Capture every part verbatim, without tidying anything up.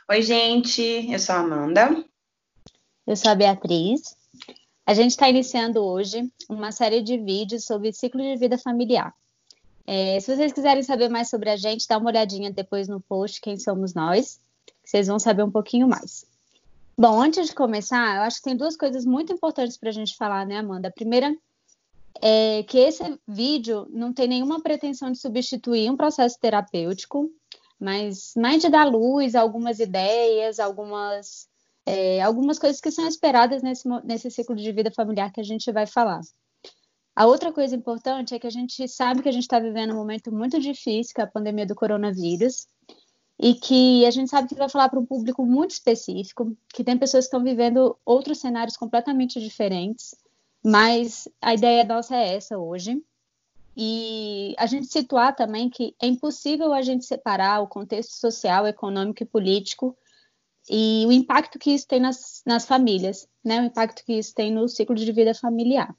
Oi, gente, eu sou a Amanda. Eu sou a Beatriz. A gente está iniciando hoje uma série de vídeos sobre ciclo de vida familiar. É, se vocês quiserem saber mais sobre a gente, dá uma olhadinha depois no post Quem Somos Nós, que vocês vão saber um pouquinho mais. Bom, antes de começar, eu acho que tem duas coisas muito importantes para a gente falar, né, Amanda? A primeira é que esse vídeo não tem nenhuma pretensão de substituir um processo terapêutico, mas mais de dar luz a algumas ideias, algumas, é, algumas coisas que são esperadas nesse, nesse ciclo de vida familiar que a gente vai falar. A outra coisa importante é que a gente sabe que a gente está vivendo um momento muito difícil, que é a pandemia do coronavírus, e que a gente sabe que vai falar para um público muito específico, que tem pessoas que estão vivendo outros cenários completamente diferentes, mas a ideia nossa é essa hoje. E a gente situar também que é impossível a gente separar o contexto social, econômico e político e o impacto que isso tem nas, nas famílias, né? O impacto que isso tem no ciclo de vida familiar.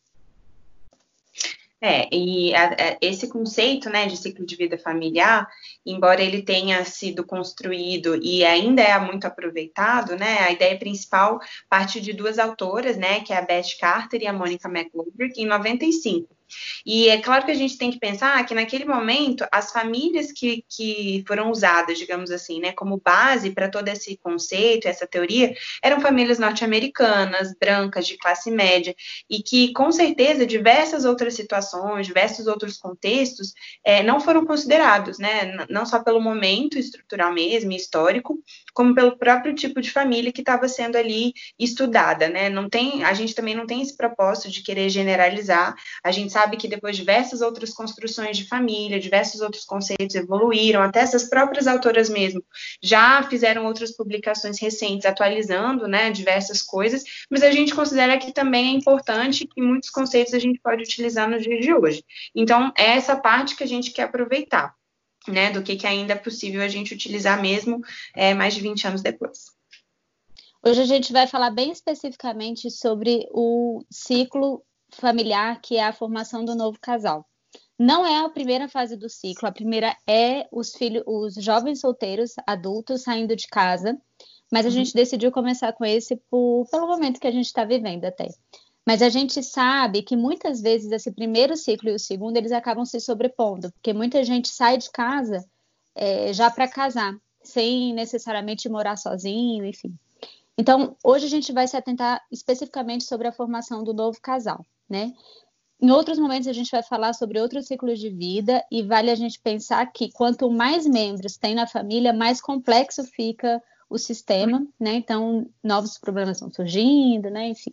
É, e a, a, esse conceito, né, de ciclo de vida familiar, embora ele tenha sido construído e ainda é muito aproveitado, né, a ideia principal parte de duas autoras, né, que é a Beth Carter e a Monica McGoldrick, em noventa e cinco. E é claro que a gente tem que pensar que naquele momento as famílias que, que foram usadas, digamos assim, né, como base para todo esse conceito, essa teoria, eram famílias norte-americanas, brancas, de classe média, e que com certeza diversas outras situações, diversos outros contextos é, não foram considerados, né, não só pelo momento estrutural mesmo, histórico, como pelo próprio tipo de família que estava sendo ali estudada, né, não tem, a gente também não tem esse propósito de querer generalizar, a gente sabe que depois diversas outras construções de família, diversos outros conceitos evoluíram, até essas próprias autoras mesmo já fizeram outras publicações recentes atualizando, né, diversas coisas, mas a gente considera que também é importante que muitos conceitos a gente pode utilizar nos dias de hoje. Então, é essa parte que a gente quer aproveitar, né, do que, que ainda é possível a gente utilizar mesmo é, mais de vinte anos depois. Hoje a gente vai falar bem especificamente sobre o ciclo familiar, que é a formação do novo casal. Não é a primeira fase do ciclo, a primeira é os filhos, os jovens solteiros, adultos saindo de casa, mas a uhum. gente decidiu começar com esse por, pelo momento que a gente está vivendo até. Mas a gente sabe que muitas vezes esse primeiro ciclo e o segundo, eles acabam se sobrepondo, porque muita gente sai de casa é, já para casar, sem necessariamente morar sozinho, enfim. Então, hoje a gente vai se atentar especificamente sobre a formação do novo casal, né? Em outros momentos a gente vai falar sobre outros ciclos de vida e vale a gente pensar que quanto mais membros tem na família, mais complexo fica o sistema, né? Então, novos problemas estão surgindo, né? Enfim.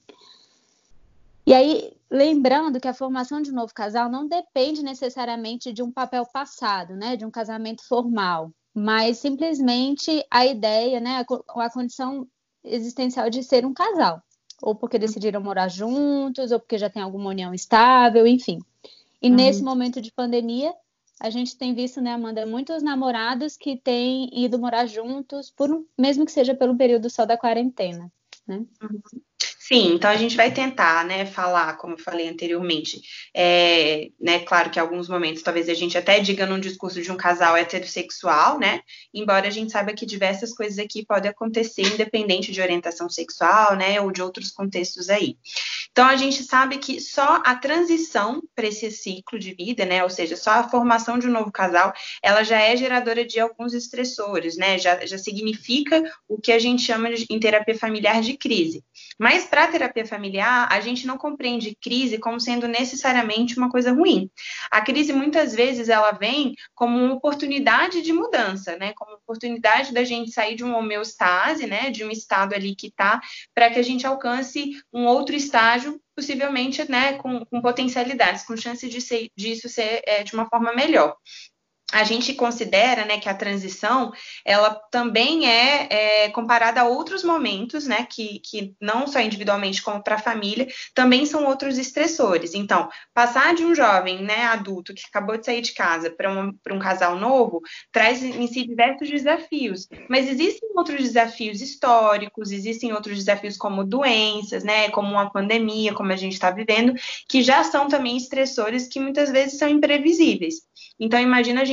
E aí, lembrando que a formação de um novo casal não depende necessariamente de um papel passado, né? De um casamento formal, mas simplesmente a ideia, né? A, a condição existencial de ser um casal. Ou porque decidiram morar juntos, ou porque já tem alguma união estável, enfim. E uhum. nesse momento de pandemia, a gente tem visto, né, Amanda, muitos namorados que têm ido morar juntos, por um, mesmo que seja pelo período só da quarentena, né? Uhum. Sim, então a gente vai tentar, né, falar, como eu falei anteriormente, é, né, claro que em alguns momentos talvez a gente até diga num discurso de um casal heterossexual, né, embora a gente saiba que diversas coisas aqui podem acontecer independente de orientação sexual, né, ou de outros contextos aí. Então a gente sabe que só a transição para esse ciclo de vida, né, ou seja, só a formação de um novo casal, ela já é geradora de alguns estressores, né, já, já significa o que a gente chama de, em terapia familiar de crise. Mas para a terapia familiar, a gente não compreende crise como sendo necessariamente uma coisa ruim. A crise, muitas vezes, ela vem como uma oportunidade de mudança, né? Como oportunidade da gente sair de uma homeostase, né? De um estado ali que está, para que a gente alcance um outro estágio, possivelmente, né? Com, com potencialidades, com chance de ser, disso ser é, de uma forma melhor. A gente considera, né, que a transição, ela também é, é comparada a outros momentos, né, que, que não só individualmente como para a família, também são outros estressores. Então, passar de um jovem, né, adulto que acabou de sair de casa para um, para um casal novo, traz em si diversos desafios. Mas existem outros desafios históricos, existem outros desafios como doenças, né, como uma pandemia, como a gente está vivendo, que já são também estressores que muitas vezes são imprevisíveis. Então, imagina a gente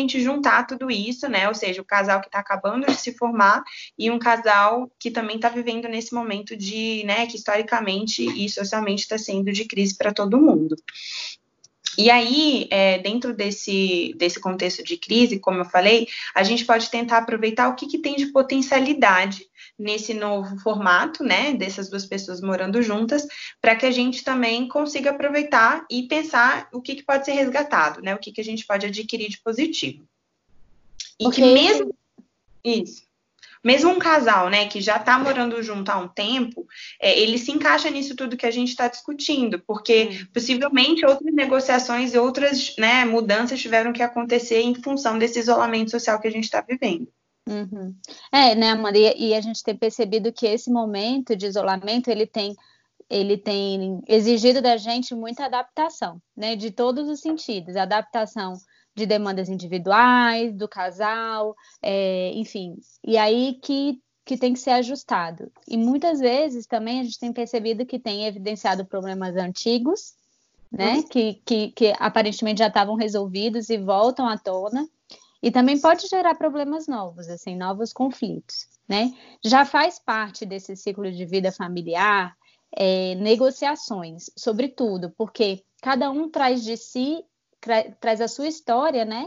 gente juntar tudo isso, né? Ou seja, o casal que está acabando de se formar e um casal que também está vivendo nesse momento de, né, que historicamente e socialmente está sendo de crise para todo mundo. E aí, é, dentro desse, desse contexto de crise, como eu falei, a gente pode tentar aproveitar o que, que tem de potencialidade nesse novo formato, né, dessas duas pessoas morando juntas, para que a gente também consiga aproveitar e pensar o que, que pode ser resgatado, né, o que, que a gente pode adquirir de positivo. E Porque que mesmo... Isso. Mesmo um casal, né, que já está morando junto há um tempo, é, ele se encaixa nisso tudo que a gente está discutindo, porque hum. possivelmente outras negociações e outras, né, mudanças tiveram que acontecer em função desse isolamento social que a gente está vivendo. Uhum. É, né, Amanda, e, e a gente tem percebido que esse momento de isolamento, ele tem, ele tem exigido da gente muita adaptação, né, de todos os sentidos, adaptação de demandas individuais, do casal, é, enfim, e aí que, que tem que ser ajustado. E muitas vezes também a gente tem percebido que tem evidenciado problemas antigos, né, uhum. que, que, que aparentemente já estavam resolvidos e voltam à tona, e também pode gerar problemas novos, assim, novos conflitos, né? Já faz parte desse ciclo de vida familiar é, negociações, sobretudo, porque cada um traz de si traz a sua história, né?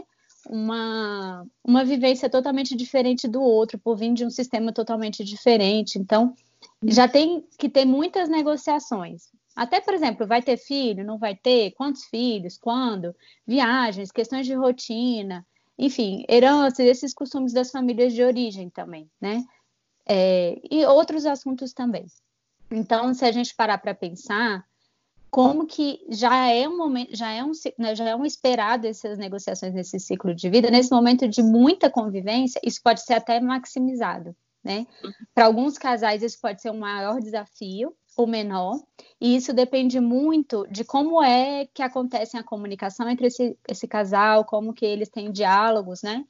Uma, uma vivência totalmente diferente do outro, por vir de um sistema totalmente diferente. Então, já tem que ter muitas negociações. Até, por exemplo, vai ter filho, não vai ter? Quantos filhos? Quando? Viagens, questões de rotina, enfim, herança, esses costumes das famílias de origem também, né? É, e outros assuntos também. Então, se a gente parar para pensar, como que já é um momento, já é um, né, já é um esperado essas negociações nesse ciclo de vida, nesse momento de muita convivência, isso pode ser até maximizado, né? Para alguns casais isso pode ser um maior desafio ou menor, e isso depende muito de como é que acontece a comunicação entre esse, esse casal, como que eles têm diálogos, né?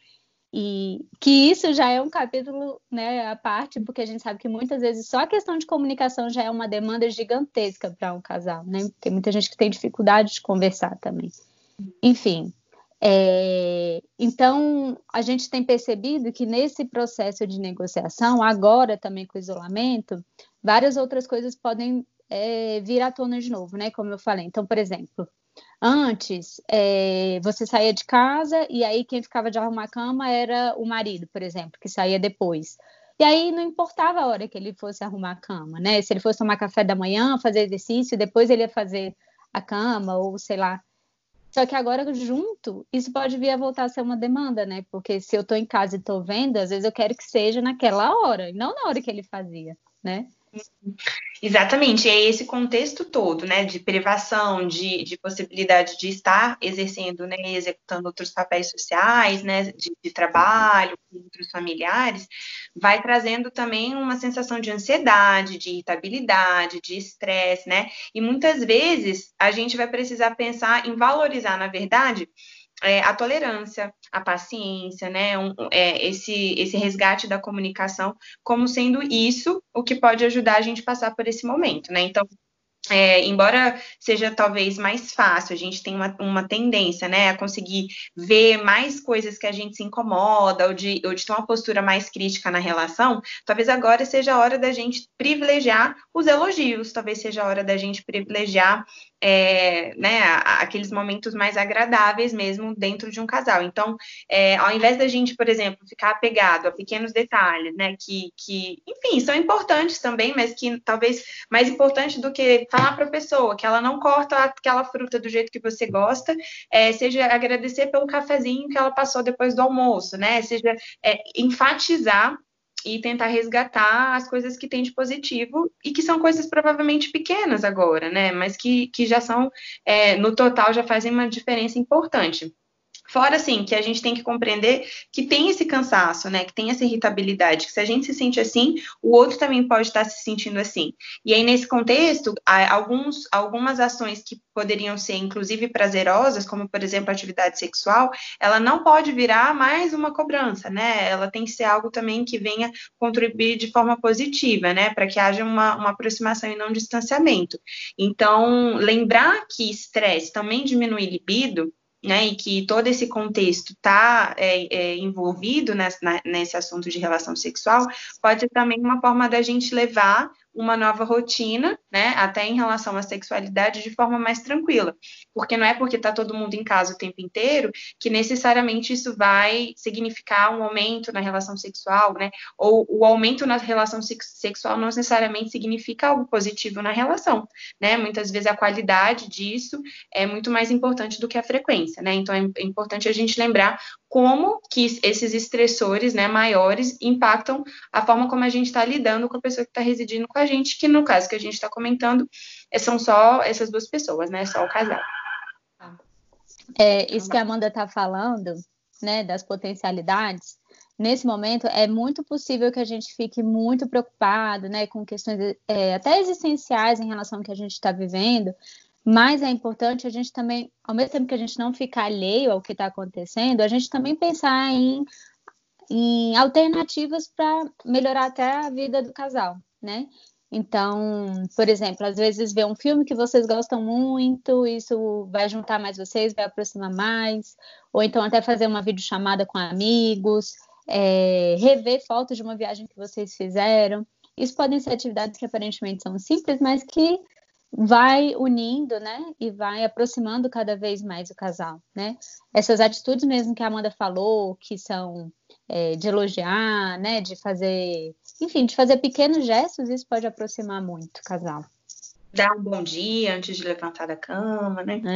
E que isso já é um capítulo, né, à parte, porque a gente sabe que muitas vezes só a questão de comunicação já é uma demanda gigantesca para um casal, né? Tem muita gente que tem dificuldade de conversar também. Enfim, é... então a gente tem percebido que nesse processo de negociação, agora também com o isolamento, várias outras coisas podem é, vir à tona de novo, né? Como eu falei. Então, por exemplo, antes, é, você saía de casa e aí quem ficava de arrumar a cama era o marido, por exemplo, que saía depois. E aí não importava a hora que ele fosse arrumar a cama, né? Se ele fosse tomar café da manhã, fazer exercício, depois ele ia fazer a cama ou sei lá. Só que agora, junto, isso pode vir a voltar a ser uma demanda, né? Porque se eu estou em casa e estou vendo, às vezes eu quero que seja naquela hora, e não na hora que ele fazia, né? Exatamente, é esse contexto todo, né, de privação, de, de possibilidade de estar exercendo, né, executando outros papéis sociais, né, de, de trabalho, com outros familiares, vai trazendo também uma sensação de ansiedade, de irritabilidade, de estresse, né, e muitas vezes a gente vai precisar pensar em valorizar, na verdade, É, a tolerância, a paciência, né? Um, é, esse, esse resgate da comunicação como sendo isso o que pode ajudar a gente a passar por esse momento, né? Então, é, embora seja talvez mais fácil, a gente tem uma, uma tendência, né, a conseguir ver mais coisas que a gente se incomoda ou de, ou de ter uma postura mais crítica na relação, talvez agora seja a hora da gente privilegiar os elogios, talvez seja a hora da gente privilegiar é, né, aqueles momentos mais agradáveis mesmo dentro de um casal. Então, é, ao invés da gente, por exemplo, ficar apegado a pequenos detalhes, né, que, que, enfim, são importantes também, mas que talvez mais importante do que falar para a pessoa que ela não corta aquela fruta do jeito que você gosta, é, seja agradecer pelo cafezinho que ela passou depois do almoço, né? Seja é, enfatizar e tentar resgatar as coisas que tem de positivo e que são coisas provavelmente pequenas agora, né? Mas que, que já são, é, no total, já fazem uma diferença importante. Fora, assim, que a gente tem que compreender que tem esse cansaço, né? Que tem essa irritabilidade, que se a gente se sente assim, o outro também pode estar se sentindo assim. E aí, nesse contexto, alguns, algumas ações que poderiam ser, inclusive, prazerosas, como, por exemplo, a atividade sexual, ela não pode virar mais uma cobrança, né? Ela tem que ser algo também que venha contribuir de forma positiva, né? Para que haja uma, uma aproximação e não um distanciamento. Então, lembrar que estresse também diminui libido, né, e que todo esse contexto está é, é, envolvido nesse, na, nesse assunto de relação sexual, pode ser também uma forma da gente levar uma nova rotina, né, até em relação à sexualidade, de forma mais tranquila. Porque não é porque está todo mundo em casa o tempo inteiro que necessariamente isso vai significar um aumento na relação sexual, né, ou o aumento na relação sexual não necessariamente significa algo positivo na relação, né, muitas vezes a qualidade disso é muito mais importante do que a frequência, né, então é importante a gente lembrar como que esses estressores, né, maiores impactam a forma como a gente está lidando com a pessoa que está residindo com a gente, que no caso que a gente está comentando, são só essas duas pessoas, né, só o casal. É, isso que a Amanda está falando, né, das potencialidades, nesse momento é muito possível que a gente fique muito preocupado, né, com questões é, até existenciais em relação ao que a gente está vivendo, mas é importante a gente também, ao mesmo tempo que a gente não ficar alheio ao que está acontecendo, a gente também pensar em, em alternativas para melhorar até a vida do casal, né? Então, por exemplo, às vezes ver um filme que vocês gostam muito, isso vai juntar mais vocês, vai aproximar mais, ou então até fazer uma videochamada com amigos, é, rever fotos de uma viagem que vocês fizeram. Isso podem ser atividades que aparentemente são simples, mas que vai unindo, né, e vai aproximando cada vez mais o casal, né? Essas atitudes mesmo que a Amanda falou, que são é, de elogiar, né, de fazer, enfim, de fazer pequenos gestos, isso pode aproximar muito o casal. Dar um bom dia antes de levantar da cama, né?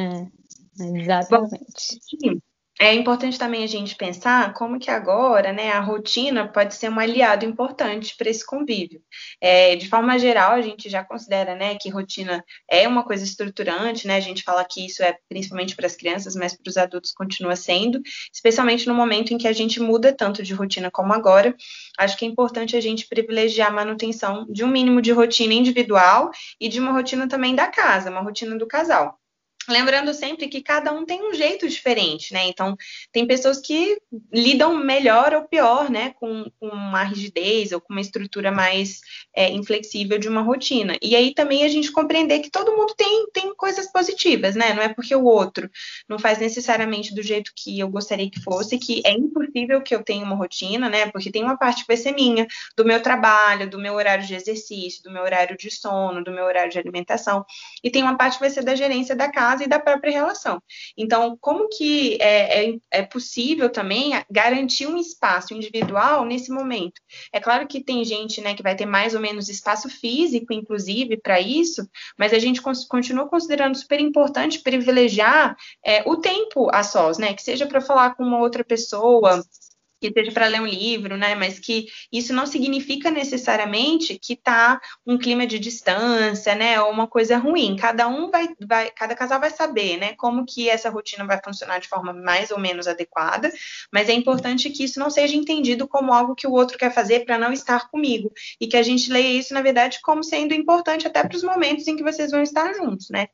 É, exatamente. Bom, é importante também a gente pensar como que agora, né, a rotina pode ser um aliado importante para esse convívio. É, de forma geral, a gente já considera, né, que rotina é uma coisa estruturante, né, a gente fala que isso é principalmente para as crianças, mas para os adultos continua sendo, especialmente no momento em que a gente muda tanto de rotina como agora. Acho que é importante a gente privilegiar a manutenção de um mínimo de rotina individual e de uma rotina também da casa, uma rotina do casal. Lembrando sempre que cada um tem um jeito diferente, né? Então, tem pessoas que lidam melhor ou pior, né? Com, com uma rigidez ou com uma estrutura mais é, inflexível de uma rotina. E aí também a gente compreender que todo mundo tem, tem coisas positivas, né? Não é porque o outro não faz necessariamente do jeito que eu gostaria que fosse, que é impossível que eu tenha uma rotina, né? Porque tem uma parte que vai ser minha, do meu trabalho, do meu horário de exercício, do meu horário de sono, do meu horário de alimentação. E tem uma parte que vai ser da gerência da casa e da própria relação. Então, como que é, é, é possível também garantir um espaço individual nesse momento? É claro que tem gente, né, que vai ter mais ou menos espaço físico, inclusive, para isso, mas a gente continua considerando super importante privilegiar é, o tempo a sós, né, que seja para falar com uma outra pessoa, que seja para ler um livro, né? Mas que isso não significa necessariamente que tá um clima de distância, né? Ou uma coisa ruim. Cada um vai, vai, cada casal vai saber, né? Como que essa rotina vai funcionar de forma mais ou menos adequada. Mas é importante que isso não seja entendido como algo que o outro quer fazer para não estar comigo e que a gente leia isso, na verdade, como sendo importante até para os momentos em que vocês vão estar juntos, né?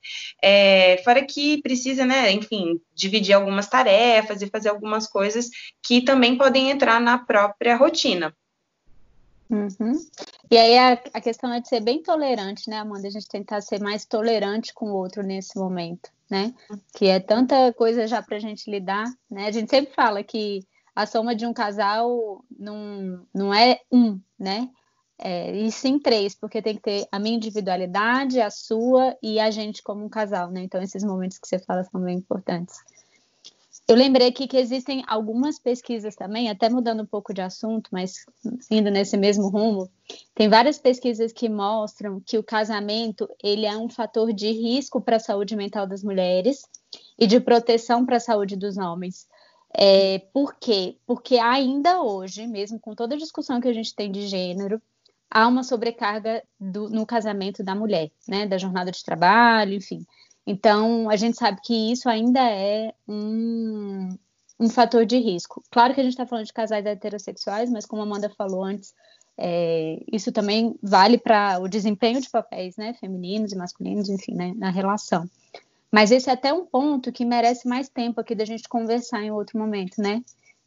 É, fora que precisa, né? Enfim, dividir algumas tarefas e fazer algumas coisas que também podem podem entrar na própria rotina. Uhum. E aí a, a questão é de ser bem tolerante, né, Amanda? A gente tentar ser mais tolerante com o outro nesse momento, né? Que é tanta coisa já pra gente lidar, né? A gente sempre fala que a soma de um casal não, não é um, né? É, e sim três, porque tem que ter a minha individualidade, a sua e a gente como um casal, né? Então esses momentos que você fala são bem importantes. Eu lembrei aqui que existem algumas pesquisas também, até mudando um pouco de assunto, mas indo nesse mesmo rumo, tem várias pesquisas que mostram que o casamento ele é um fator de risco para a saúde mental das mulheres e de proteção para a saúde dos homens. É, por quê? Porque ainda hoje, mesmo com toda a discussão que a gente tem de gênero, há uma sobrecarga do, no casamento da mulher, né? Da jornada de trabalho, enfim. Então, a gente sabe que isso ainda é um, um fator de risco. Claro que a gente está falando de casais heterossexuais, mas como a Amanda falou antes, é, isso também vale para o desempenho de papéis, né, femininos e masculinos, enfim, né, na relação. Mas esse é até um ponto que merece mais tempo aqui da gente conversar em outro momento, né?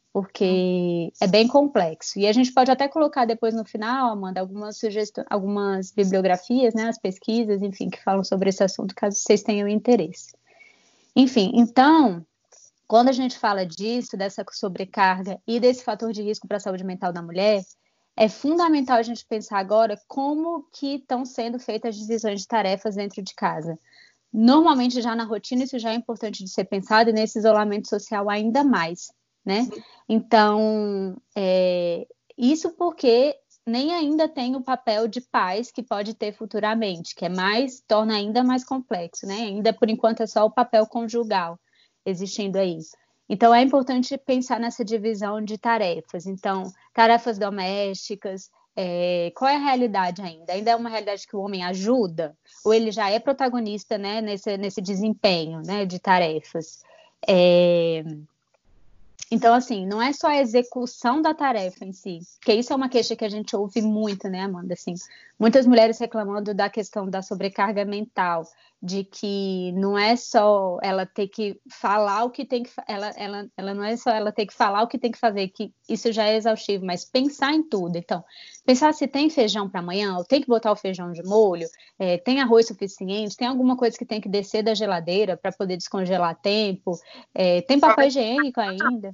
Porque é bem complexo. E a gente pode até colocar depois no final, Amanda, algumas sugestões, algumas bibliografias, né, as pesquisas, enfim, que falam sobre esse assunto, caso vocês tenham interesse. Enfim, então, quando a gente fala disso, dessa sobrecarga e desse fator de risco para a saúde mental da mulher, é fundamental a gente pensar agora como que estão sendo feitas as divisões de tarefas dentro de casa. Normalmente, já na rotina, isso já é importante de ser pensado, e nesse isolamento social ainda mais, né? Então, é, isso porque nem ainda tem o papel de pais que pode ter futuramente, que é mais, torna ainda mais complexo, né? Ainda, por enquanto, é só o papel conjugal existindo aí. Então, é importante pensar nessa divisão de tarefas. Então, tarefas domésticas, é, qual é a realidade ainda? Ainda é uma realidade que o homem ajuda? Ou ele já é protagonista, né, nesse, nesse desempenho, né, de tarefas? É... Então, assim, não é só a execução da tarefa em si, porque isso é uma queixa que a gente ouve muito, né, Amanda? Assim, muitas mulheres reclamando da questão da sobrecarga mental, de que não é só ela ter que falar o que tem que ela, ela, ela não é só ela ter que falar o que tem que fazer, que isso já é exaustivo, mas pensar em tudo. Então, pensar se tem feijão para amanhã, ou tem que botar o feijão de molho, é, tem arroz suficiente, tem alguma coisa que tem que descer da geladeira para poder descongelar a tempo, é, tem papel higiênico ainda.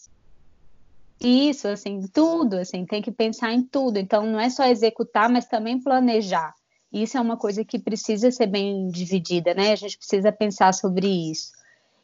Isso, assim, tudo, assim, tem que pensar em tudo. Então, não é só executar, mas também planejar. Isso é uma coisa que precisa ser bem dividida, né? A gente precisa pensar sobre isso.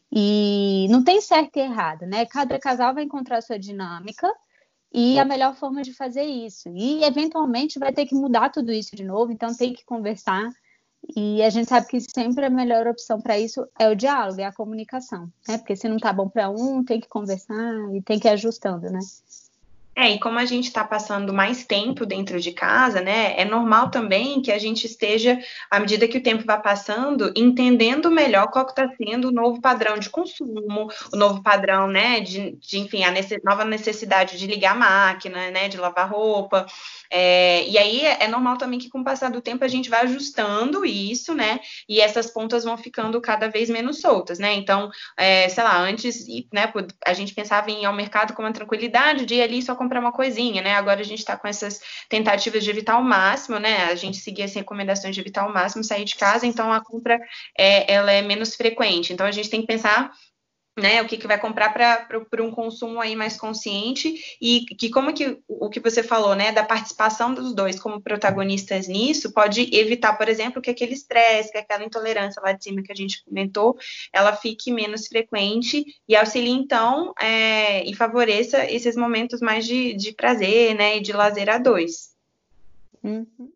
E não tem certo e errado, né? Cada casal vai encontrar a sua dinâmica e a melhor forma de fazer isso. E, eventualmente, vai ter que mudar tudo isso de novo, então tem que conversar. E a gente sabe que sempre a melhor opção para isso é o diálogo, é a comunicação, né? Porque se não tá bom para um, tem que conversar e tem que ir ajustando, né? É, e como a gente está passando mais tempo dentro de casa, né, é normal também que a gente esteja, à medida que o tempo vai passando, entendendo melhor qual que está sendo o novo padrão de consumo, o novo padrão, né, de, de enfim, a necess, nova necessidade de ligar a máquina, né, de lavar roupa. É, e aí é normal também que com o passar do tempo a gente vai ajustando isso, né, e essas pontas vão ficando cada vez menos soltas, né, então, é, sei lá, antes, né, a gente pensava em ir ao mercado com uma tranquilidade de ir ali só comprar uma coisinha, né, agora a gente tá com essas tentativas de evitar ao máximo, né, a gente seguir as recomendações de evitar ao máximo sair de casa, então a compra, é, ela é menos frequente, então a gente tem que pensar, né, o que, que vai comprar para um consumo aí mais consciente e que como que o que você falou, né, da participação dos dois como protagonistas nisso, pode evitar, por exemplo, que aquele estresse, que aquela intolerância lá de cima que a gente comentou, ela fique menos frequente e auxilie, então, é, e favoreça esses momentos mais de, de prazer, né, e de lazer a dois. Uhum.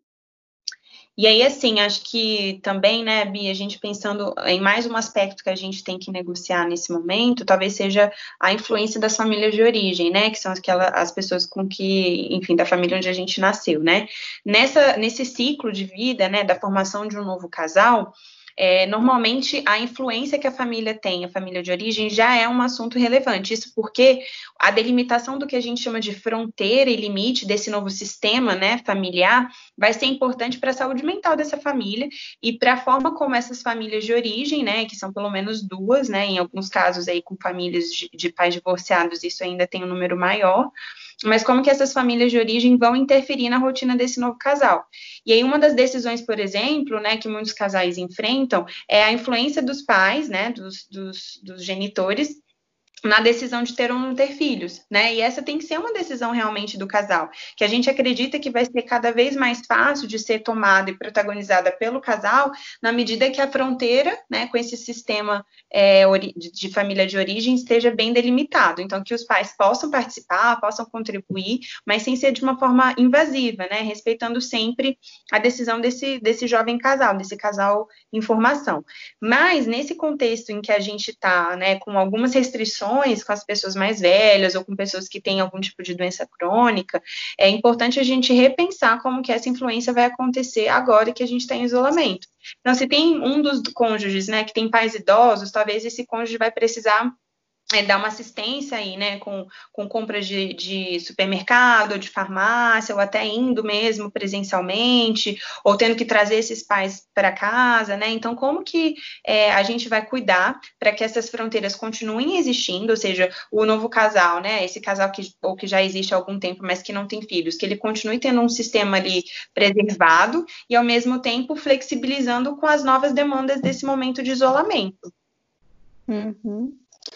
E aí, assim, acho que também, né, Bia, a gente pensando em mais um aspecto que a gente tem que negociar nesse momento, talvez seja a influência das famílias de origem, né, que são aquelas, as pessoas com que, enfim, da família onde a gente nasceu, né. Nessa, nesse ciclo de vida, né, da formação de um novo casal, É, normalmente a influência que a família tem, a família de origem, já é um assunto relevante. Isso porque a delimitação do que a gente chama de fronteira e limite desse novo sistema, né, familiar, vai ser importante para a saúde mental dessa família e para a forma como essas famílias de origem, né, que são pelo menos duas, né, em alguns casos aí com famílias de, de pais divorciados, isso ainda tem um número maior, mas como que essas famílias de origem vão interferir na rotina desse novo casal. E aí uma das decisões, por exemplo, né, que muitos casais enfrentam é a influência dos pais, né, dos, dos, dos genitores, na decisão de ter ou não ter filhos, né? E essa tem que ser uma decisão realmente do casal, que a gente acredita que vai ser cada vez mais fácil de ser tomada e protagonizada pelo casal, na medida que a fronteira, né, com esse sistema é, de família de origem esteja bem delimitado. Então, que os pais possam participar, possam contribuir, mas sem ser de uma forma invasiva, né? Respeitando sempre a decisão desse, desse jovem casal, desse casal em formação. Mas, nesse contexto em que a gente está, né, com algumas restrições com as pessoas mais velhas ou com pessoas que têm algum tipo de doença crônica, é importante a gente repensar como que essa influência vai acontecer agora que a gente está em isolamento. Então, se tem um dos cônjuges, né, que tem pais idosos, talvez esse cônjuge vai precisar É, dar uma assistência aí, né, com, com compras de, de supermercado, ou de farmácia, ou até indo mesmo presencialmente, ou tendo que trazer esses pais para casa, né, então como que é, a gente vai cuidar para que essas fronteiras continuem existindo, ou seja, o novo casal, né, esse casal que, ou que já existe há algum tempo, mas que não tem filhos, que ele continue tendo um sistema ali preservado e ao mesmo tempo flexibilizando com as novas demandas desse momento de isolamento. Uhum.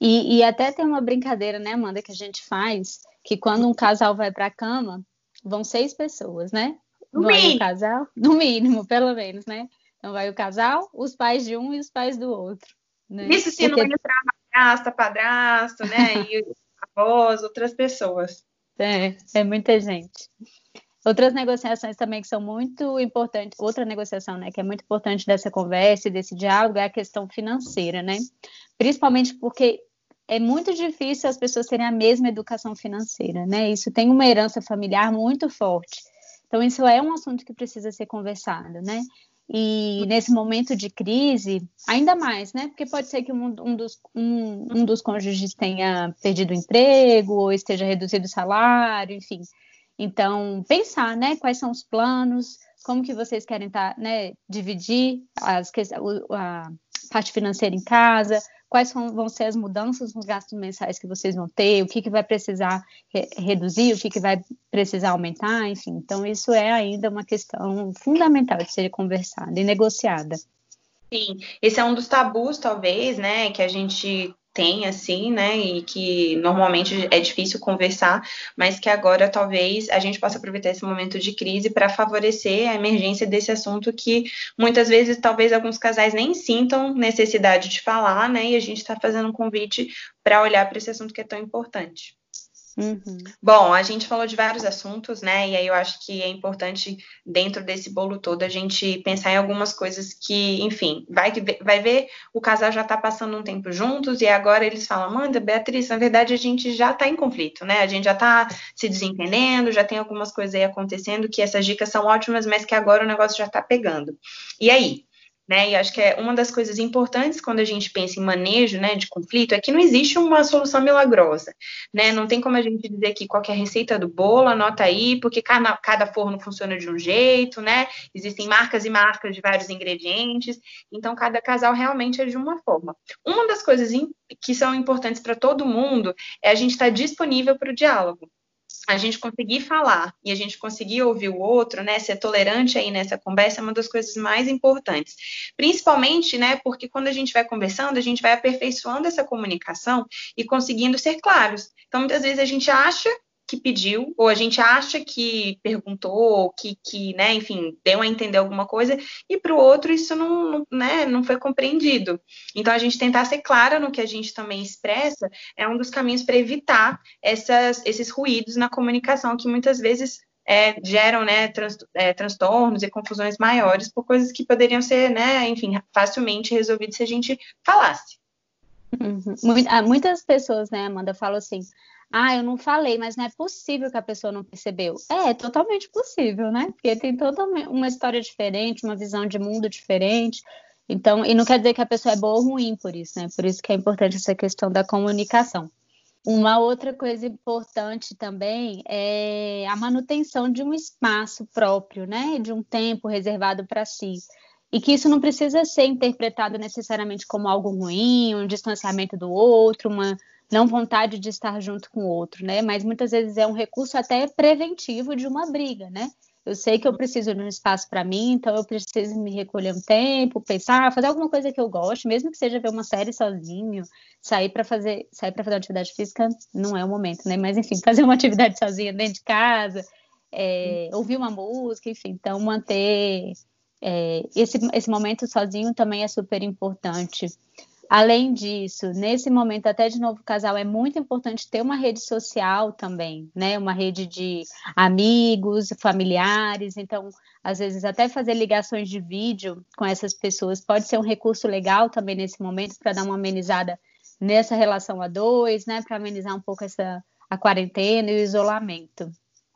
E, e até tem uma brincadeira, né, Amanda, que a gente faz, que quando um casal vai para a cama, vão seis pessoas, né? No Vai o mínimo. casal, no mínimo, pelo menos, né? Então vai o casal, os pais de um e os pais do outro, né? Isso se não Porque entrar madrasta, padrasto, né? E avós, outras pessoas. é, é muita gente. Outras negociações também que são muito importantes, outra negociação, né, que é muito importante dessa conversa e desse diálogo é a questão financeira, né? Principalmente porque é muito difícil as pessoas terem a mesma educação financeira, né? Isso tem uma herança familiar muito forte. Então, isso é um assunto que precisa ser conversado, né? E nesse momento de crise, ainda mais, né? Porque pode ser que um, um, dos, um, um dos cônjuges tenha perdido o emprego ou esteja reduzido o salário, enfim. Então, pensar, né? Quais são os planos, como que vocês querem tá, né, dividir as, a parte financeira em casa, quais vão ser as mudanças nos gastos mensais que vocês vão ter, o que, que vai precisar re reduzir, o que, que vai precisar aumentar, enfim. Então, isso é ainda uma questão fundamental de ser conversada e negociada. Sim, esse é um dos tabus, talvez, né, que a gente tem, assim, né, e que normalmente é difícil conversar, mas que agora talvez a gente possa aproveitar esse momento de crise para favorecer a emergência desse assunto que muitas vezes talvez alguns casais nem sintam necessidade de falar, né, e a gente está fazendo um convite para olhar para esse assunto que é tão importante. Uhum. Bom, a gente falou de vários assuntos, né? E aí eu acho que é importante, dentro desse bolo todo, a gente pensar em algumas coisas que, enfim, vai, vai ver, o casal já tá passando um tempo juntos e agora eles falam, Amanda, Beatriz, na verdade a gente já tá em conflito, né? A gente já tá se desentendendo, já tem algumas coisas aí acontecendo que essas dicas são ótimas, mas que agora o negócio já tá pegando. E aí? Né, e acho que é uma das coisas importantes quando a gente pensa em manejo, né, de conflito é que não existe uma solução milagrosa, né? Não tem como a gente dizer que qualquer receita do bolo, anota aí, porque cada, cada forno funciona de um jeito, né? Existem marcas e marcas de vários ingredientes, então cada casal realmente é de uma forma. Uma das coisas que são importantes para todo mundo é a gente estar disponível para o diálogo. A gente conseguir falar e a gente conseguir ouvir o outro, né, ser tolerante aí nessa conversa é uma das coisas mais importantes. Principalmente, né, porque quando a gente vai conversando, a gente vai aperfeiçoando essa comunicação e conseguindo ser claros. Então, muitas vezes a gente acha que pediu, ou a gente acha que perguntou, que, que né, enfim, deu a entender alguma coisa, e para o outro isso não, não, né, não foi compreendido. Então, a gente tentar ser clara no que a gente também expressa é um dos caminhos para evitar essas, esses ruídos na comunicação que muitas vezes é, geram, né, trans, é, transtornos e confusões maiores por coisas que poderiam ser, né, enfim, facilmente resolvidas se a gente falasse. Uhum. Muitas pessoas, né, Amanda, falam assim, ah, eu não falei, mas não é possível que a pessoa não percebeu. É, é totalmente possível, né? Porque tem toda uma história diferente, uma visão de mundo diferente. Então, e não quer dizer que a pessoa é boa ou ruim por isso, né? Por isso que é importante essa questão da comunicação. Uma outra coisa importante também é a manutenção de um espaço próprio, né? De um tempo reservado para si. E que isso não precisa ser interpretado necessariamente como algo ruim, um distanciamento do outro, uma não vontade de estar junto com o outro, né? Mas muitas vezes é um recurso até preventivo de uma briga, né? Eu sei que eu preciso de um espaço para mim, então eu preciso me recolher um tempo, pensar, fazer alguma coisa que eu gosto, mesmo que seja ver uma série sozinho, sair para fazer, sair para fazer uma atividade física, não é o momento, né? Mas enfim, fazer uma atividade sozinha dentro de casa, é, ouvir uma música, enfim, então manter é, esse, esse momento sozinho também é super importante. Além disso, nesse momento até de novo casal, é muito importante ter uma rede social também, né? Uma rede de amigos, familiares. Então, às vezes, até fazer ligações de vídeo com essas pessoas pode ser um recurso legal também nesse momento para dar uma amenizada nessa relação a dois, né? Para amenizar um pouco essa a quarentena e o isolamento.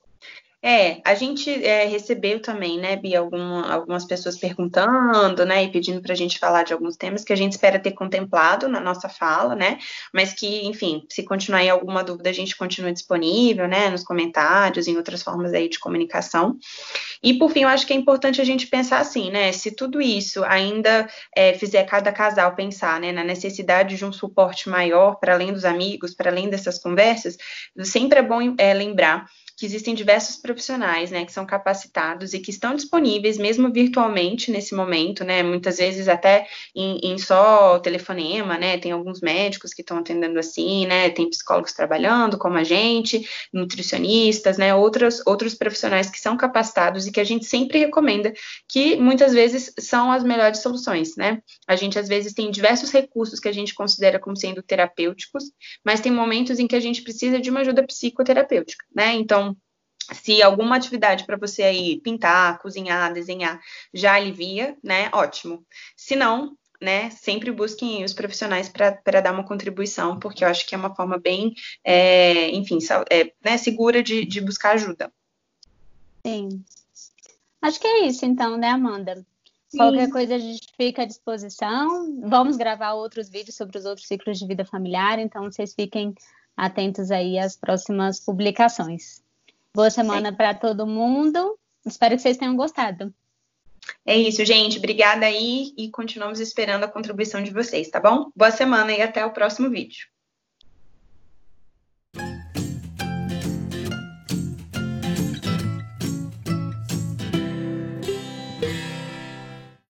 É, a gente é, recebeu também, né, Bia, alguma, algumas pessoas perguntando, né, e pedindo para a gente falar de alguns temas que a gente espera ter contemplado na nossa fala, né, mas que, enfim, se continuar aí alguma dúvida, a gente continua disponível, né, nos comentários, em outras formas aí de comunicação. E, por fim, eu acho que é importante a gente pensar assim, né, se tudo isso ainda é, fizer cada casal pensar, né, na necessidade de um suporte maior, para além dos amigos, para além dessas conversas, sempre é bom é, lembrar que existem diversos profissionais, né, que são capacitados e que estão disponíveis, mesmo virtualmente, nesse momento, né, muitas vezes até em, em só telefonema, né, tem alguns médicos que estão atendendo assim, né, tem psicólogos trabalhando como a gente, nutricionistas, né, outros, outros profissionais que são capacitados e que a gente sempre recomenda, que muitas vezes são as melhores soluções, né, a gente às vezes tem diversos recursos que a gente considera como sendo terapêuticos, mas tem momentos em que a gente precisa de uma ajuda psicoterapêutica, né, então se alguma atividade para você aí pintar, cozinhar, desenhar já alivia, né? Ótimo. Se não, né? Sempre busquem os profissionais para dar uma contribuição, porque eu acho que é uma forma bem, é, enfim, é, né, segura de, de buscar ajuda. Sim. Acho que é isso, então, né, Amanda? Sim. Qualquer coisa a gente fica à disposição. Vamos gravar outros vídeos sobre os outros ciclos de vida familiar, então vocês fiquem atentos aí às próximas publicações. Boa semana para todo mundo. Espero que vocês tenham gostado. É isso, gente. Obrigada aí e continuamos esperando a contribuição de vocês, tá bom? Boa semana e até o próximo vídeo.